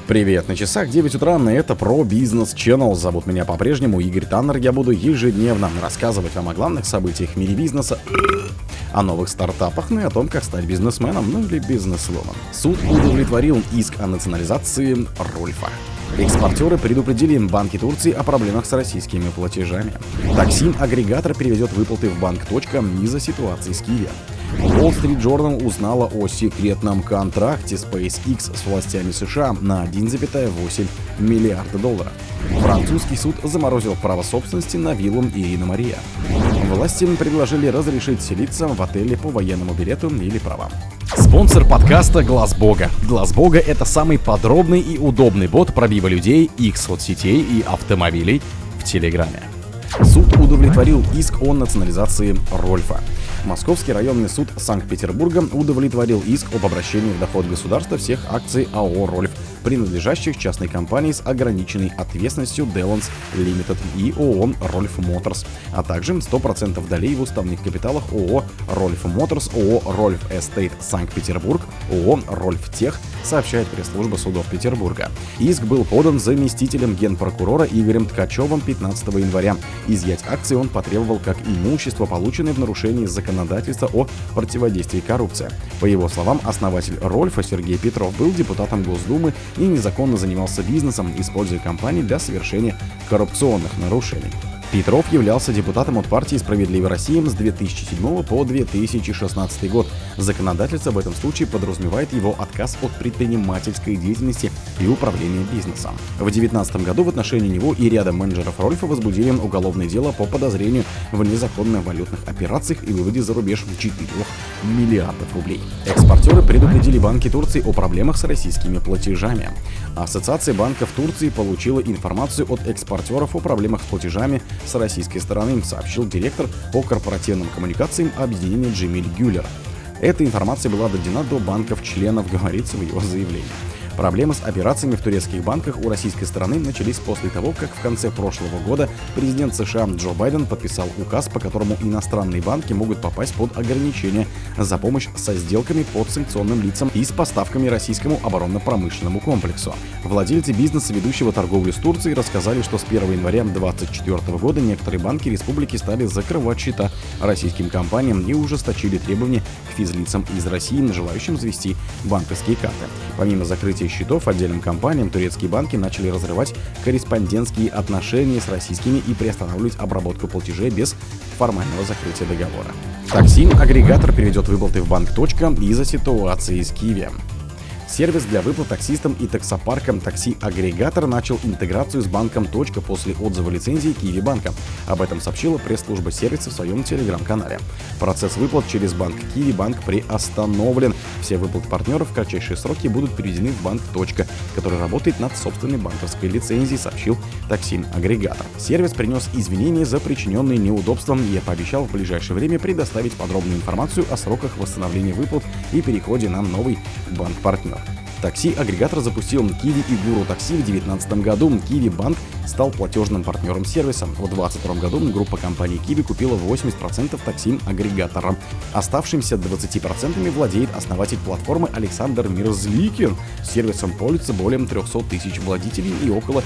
Привет, на часах 9 утра, и это про Business Channel. Зовут меня по-прежнему Игорь Таннер. Я буду ежедневно рассказывать вам о главных событиях в мире бизнеса, о новых стартапах, и о том, как стать бизнесменом, или бизнесвумен. Суд удовлетворил иск о национализации Рольфа. Экспортеры предупредили банки Турции о проблемах с российскими платежами. Такси-агрегатор переведет выплаты в банк. Из-за ситуации с Киевом. Wall Street Journal узнала о секретном контракте SpaceX с властями США на 1,8 миллиарда долларов. Французский суд заморозил право собственности на виллу Ирина Мария. Власти предложили разрешить селиться в отеле по военному билету или правам. Спонсор подкаста Глаз Бога. Глаз Бога — это самый подробный и удобный бот пробива людей, их соцсетей и автомобилей в Телеграме. Суд удовлетворил иск о национализации Рольфа. Московский районный суд Санкт-Петербурга удовлетворил иск об обращении в доход государства всех акций АО «Рольф», принадлежащих частной компании с ограниченной ответственностью Delance Limited и ООО «Рольф Моторс», а также 100% долей в уставных капиталах ООО «Рольф Моторс», ООО «Рольф Эстейт Санкт-Петербург», ООО «Рольф Тех», сообщает пресс-служба судов Петербурга. Иск был подан заместителем генпрокурора Игорем Ткачевым 15 января. Изъять акции он потребовал как имущество, полученное в нарушении законодательства о противодействии коррупции. По его словам, основатель Рольфа Сергей Петров был депутатом Госдумы и незаконно занимался бизнесом, используя компании для совершения коррупционных нарушений. Петров являлся депутатом от партии «Справедливая Россия» с 2007 по 2016 год. Законодательство в этом случае подразумевает его отказ от предпринимательской деятельности и управления бизнесом. В 2019 году в отношении него и ряда менеджеров Рольфа возбудили уголовное дело по подозрению в незаконных валютных операциях и выводе за рубеж 4 миллиардов рублей. Экспортеры предупредили банки Турции о проблемах с российскими платежами. Ассоциация банков Турции получила информацию от экспортеров о проблемах с платежами с российской стороны, сообщил директор по корпоративным коммуникациям объединения Джемиль Гюллер. Эта информация была доведена до банков-членов, говорится в его заявлении. Проблемы с операциями в турецких банках у российской стороны начались после того, как в конце прошлого года президент США Джо Байден подписал указ, по которому иностранные банки могут попасть под ограничения за помощь со сделками под санкционным лицам и с поставками российскому оборонно-промышленному комплексу. Владельцы бизнеса, ведущего торговлю с Турцией, рассказали, что с 1 января 2024 года некоторые банки республики стали закрывать счета российским компаниям и ужесточили требования к физлицам из России, желающим завести банковские карты. Помимо закрытия счетов отдельным компаниям, турецкие банки начали разрывать корреспондентские отношения с российскими и приостанавливать обработку платежей без формального закрытия договора. Такси-агрегатор переведет выплаты в банк. Из-за ситуации с Киевом. Сервис для выплат таксистам и таксопаркам «Такси-агрегатор» начал интеграцию с банком. После отзыва лицензии Киви банка. Об этом сообщила пресс-служба сервиса в своем телеграм-канале. Процесс выплат через банк Киви банк приостановлен. Все выплаты партнеров в кратчайшие сроки будут переведены в банк. Который работает над собственной банковской лицензией, сообщил «Такси-агрегатор». Сервис принес извинения за причиненные неудобства и пообещал в ближайшее время предоставить подробную информацию о сроках восстановления выплат и переходе на новый банк-партнер. Такси-агрегатор запустил Киви и Гуру Такси в 2019 году. Киви банк стал платежным партнером сервиса. В 2022 году группа компаний Киви купила 80% такси-агрегатора. Оставшимся 20% владеет основатель платформы Александр Мирзликин. Сервисом пользуется более 300 тысяч владельцев и около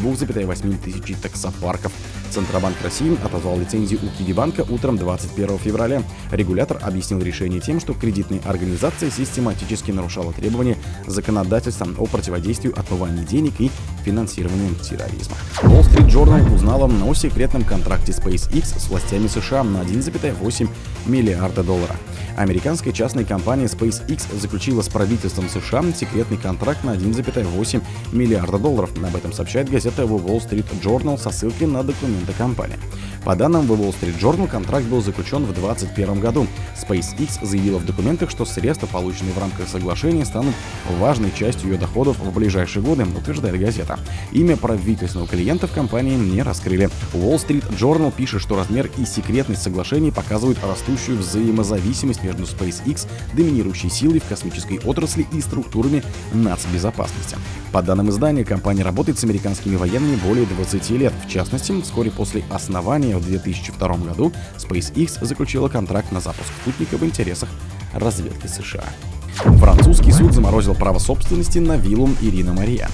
2,8 тысяч таксопарков. Центробанк России отозвал лицензию у Киви банка утром 21 февраля. Регулятор объяснил решение тем, что кредитная организация систематически нарушала требования законодательства о противодействии отмыванию денег и финансированию терроризма. Wall Street Journal узнала о секретном контракте SpaceX с властями США на 1,8 миллиарда долларов. Американская частная компания SpaceX заключила с правительством США секретный контракт на 1,8 миллиарда долларов. Об этом сообщает газета Wall Street Journal со ссылкой на документы компании. По данным Wall Street Journal, контракт был заключен в 2021 году. SpaceX заявила в документах, что средства, полученные в рамках соглашения, станут важной частью ее доходов в ближайшие годы, утверждает газета. Имя правительственного клиента в компании не раскрыли. Wall Street Journal пишет, что размер и секретность соглашений показывают растущую взаимозависимость между SpaceX, доминирующей силой в космической отрасли, и структурами нацбезопасности. По данным издания, компания работает с американскими военными более 20 лет. В частности, вскоре после основания в 2002 году SpaceX заключила контракт на запуск спутника в интересах разведки США. Французский суд заморозил право собственности на виллу Ирина Мария.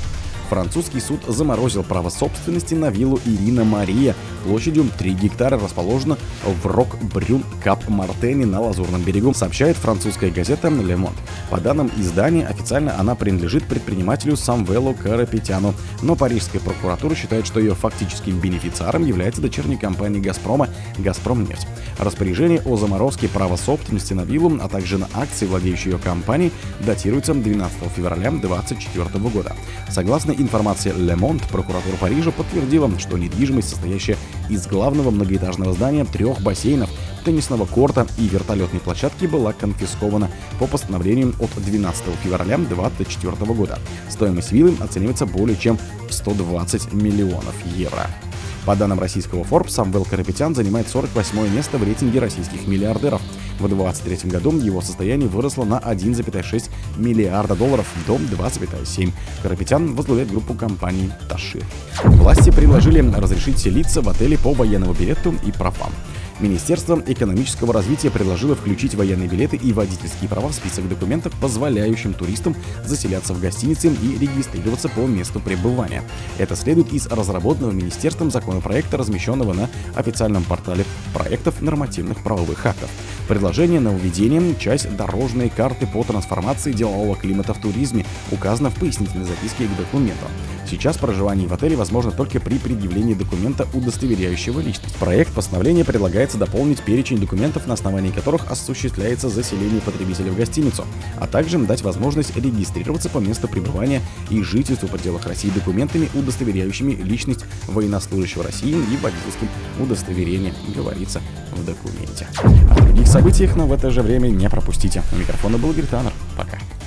Французский суд заморозил право собственности на виллу Ирина Мария площадью 3 гектара, расположена в Рок-Брюн-Кап-Мартене на Лазурном берегу, сообщает французская газета «Le Monde». По данным издания, официально она принадлежит предпринимателю Самвелу Карапетяну, но парижская прокуратура считает, что ее фактическим бенефициаром является дочерняя компания «Газпрома» «Газпромнефть». Распоряжение о заморозке права собственности на виллу, а также на акции, владеющей ее компанией, датируется 12 февраля 2024 года. Согласно информации Le Monde, прокуратура Парижа подтвердила, что недвижимость, состоящая из главного многоэтажного здания, 3 бассейнов, теннисного корта и вертолетной площадки, была конфискована по постановлению от 12 февраля 2024 года. Стоимость виллы оценивается более чем в 120 миллионов евро. По данным российского Forbes, Самвел Карапетян занимает 48-е место в рейтинге российских миллиардеров. В 2023 году его состояние выросло на 1,6 миллиарда долларов до 2,7. Карапетян возглавляет группу компаний «Ташир». Власти предложили разрешить селиться в отеле по военному билету и правам. Министерство экономического развития предложило включить военные билеты и водительские права в список документов, позволяющим туристам заселяться в гостинице и регистрироваться по месту пребывания. Это следует из разработанного министерством законопроекта, размещенного на официальном портале проектов нормативных правовых актов. Предложение на введение — часть дорожной карты по трансформации делового климата в туризме, указано в пояснительной записке к документу. Сейчас проживание в отеле возможно только при предъявлении документа, удостоверяющего личность. Проект постановления предлагается дополнить перечень документов, на основании которых осуществляется заселение потребителя в гостиницу, а также дать возможность регистрироваться по месту пребывания и жительству в пределах России документами, удостоверяющими личность военнослужащего России и водительским удостоверением, говорится в документе. О других событиях, но в это же время не пропустите. У микрофона был Игорь Таннер. Пока.